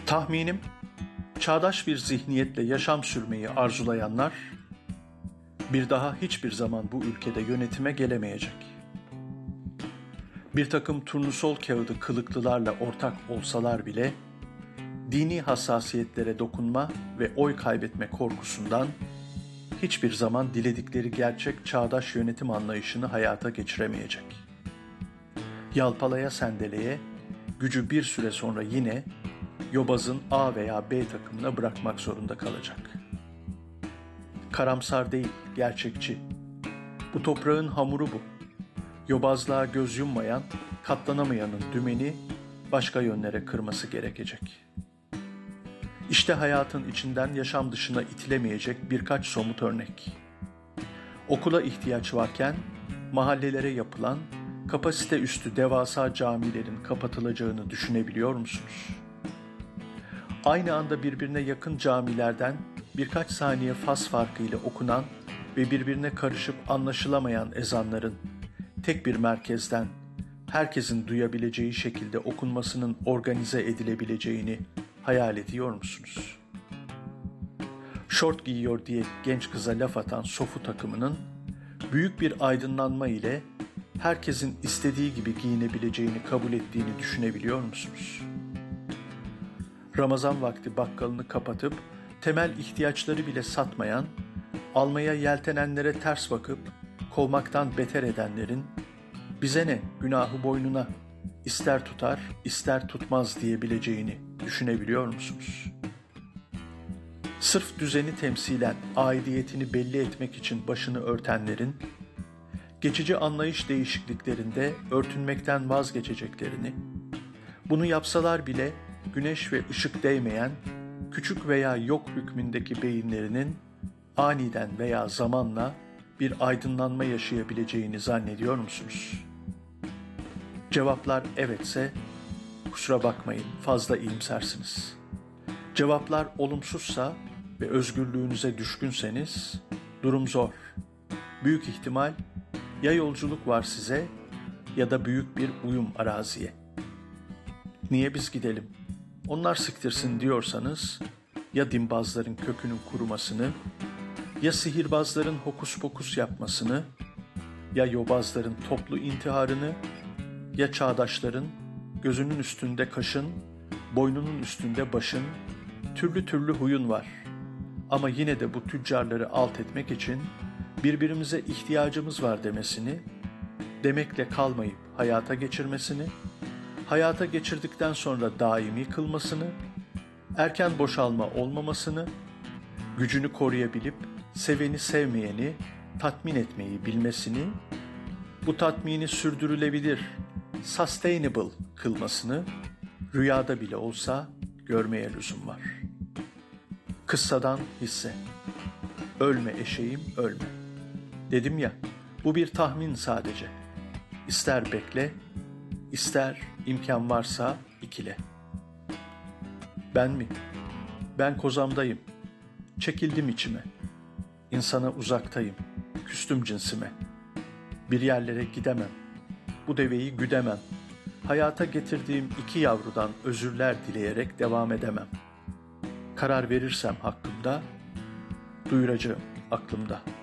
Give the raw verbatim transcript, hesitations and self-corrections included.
Tahminim, çağdaş bir zihniyetle yaşam sürmeyi arzulayanlar, bir daha hiçbir zaman bu ülkede yönetime gelemeyecek. Bir takım turnusol kağıdı kılıklılarla ortak olsalar bile, dini hassasiyetlere dokunma ve oy kaybetme korkusundan hiçbir zaman diledikleri gerçek çağdaş yönetim anlayışını hayata geçiremeyecek. Yalpalaya sendeleye, gücü bir süre sonra yine yobazın A veya B takımına bırakmak zorunda kalacak. Karamsar değil, gerçekçi. Bu toprağın hamuru bu. Yobazlığa göz yummayan, katlanamayanın dümeni başka yönlere kırması gerekecek. İşte hayatın içinden yaşam dışına itilemeyecek birkaç somut örnek. Okula ihtiyaç varken mahallelere yapılan kapasite üstü devasa camilerin kapatılacağını düşünebiliyor musunuz? Aynı anda birbirine yakın camilerden birkaç saniye faz farkıyla okunan ve birbirine karışıp anlaşılamayan ezanların tek bir merkezden herkesin duyabileceği şekilde okunmasının organize edilebileceğini hayal ediyor musunuz? Şort giyiyor diye genç kıza laf atan sofu takımının büyük bir aydınlanma ile herkesin istediği gibi giyinebileceğini kabul ettiğini düşünebiliyor musunuz? Ramazan vakti bakkalını kapatıp temel ihtiyaçları bile satmayan, almaya yeltenenlere ters bakıp kovmaktan beter edenlerin bize ne, günahı boynuna, ister tutar ister tutmaz diyebileceğini düşünebiliyor musunuz? Sırf düzeni temsilen aidiyetini belli etmek için başını örtenlerin, geçici anlayış değişikliklerinde örtünmekten vazgeçeceklerini, bunu yapsalar bile güneş ve ışık değmeyen, küçük veya yok hükmündeki beyinlerinin aniden veya zamanla bir aydınlanma yaşayabileceğini zannediyor musunuz? Cevaplar evetse, kusura bakmayın fazla iyimsersiniz. Cevaplar olumsuzsa ve özgürlüğünüze düşkünseniz, durum zor. Büyük ihtimal ya yolculuk var size ya da büyük bir uyum araziye. Niye biz gidelim? Onlar siktirsin diyorsanız, ya dinbazların kökünün kurumasını, ya sihirbazların hokus pokus yapmasını, ya yobazların toplu intiharını, ya çağdaşların gözünün üstünde kaşın, boynunun üstünde başın, türlü türlü huyun var. Ama yine de bu tüccarları alt etmek için birbirimize ihtiyacımız var demesini, demekle kalmayıp hayata geçirmesini, hayata geçirdikten sonra daimi kılmasını, erken boşalma olmamasını, gücünü koruyabilip seveni sevmeyeni tatmin etmeyi bilmesini, bu tatmini sürdürülebilir, sustainable kılmasını rüyada bile olsa görmeye lüzum var. Kıssadan hisse. Ölme eşeğim ölme. Dedim ya, bu bir tahmin sadece. İster bekle, ister imkan varsa ikile. Ben mi? Ben kozamdayım. Çekildim içime. İnsana uzaktayım. Küstüm cinsime. Bir yerlere gidemem. Bu deveyi güdemem. Hayata getirdiğim iki yavrudan özürler dileyerek devam edemem. Karar verirsem hakkımda, duyuracağım aklımda.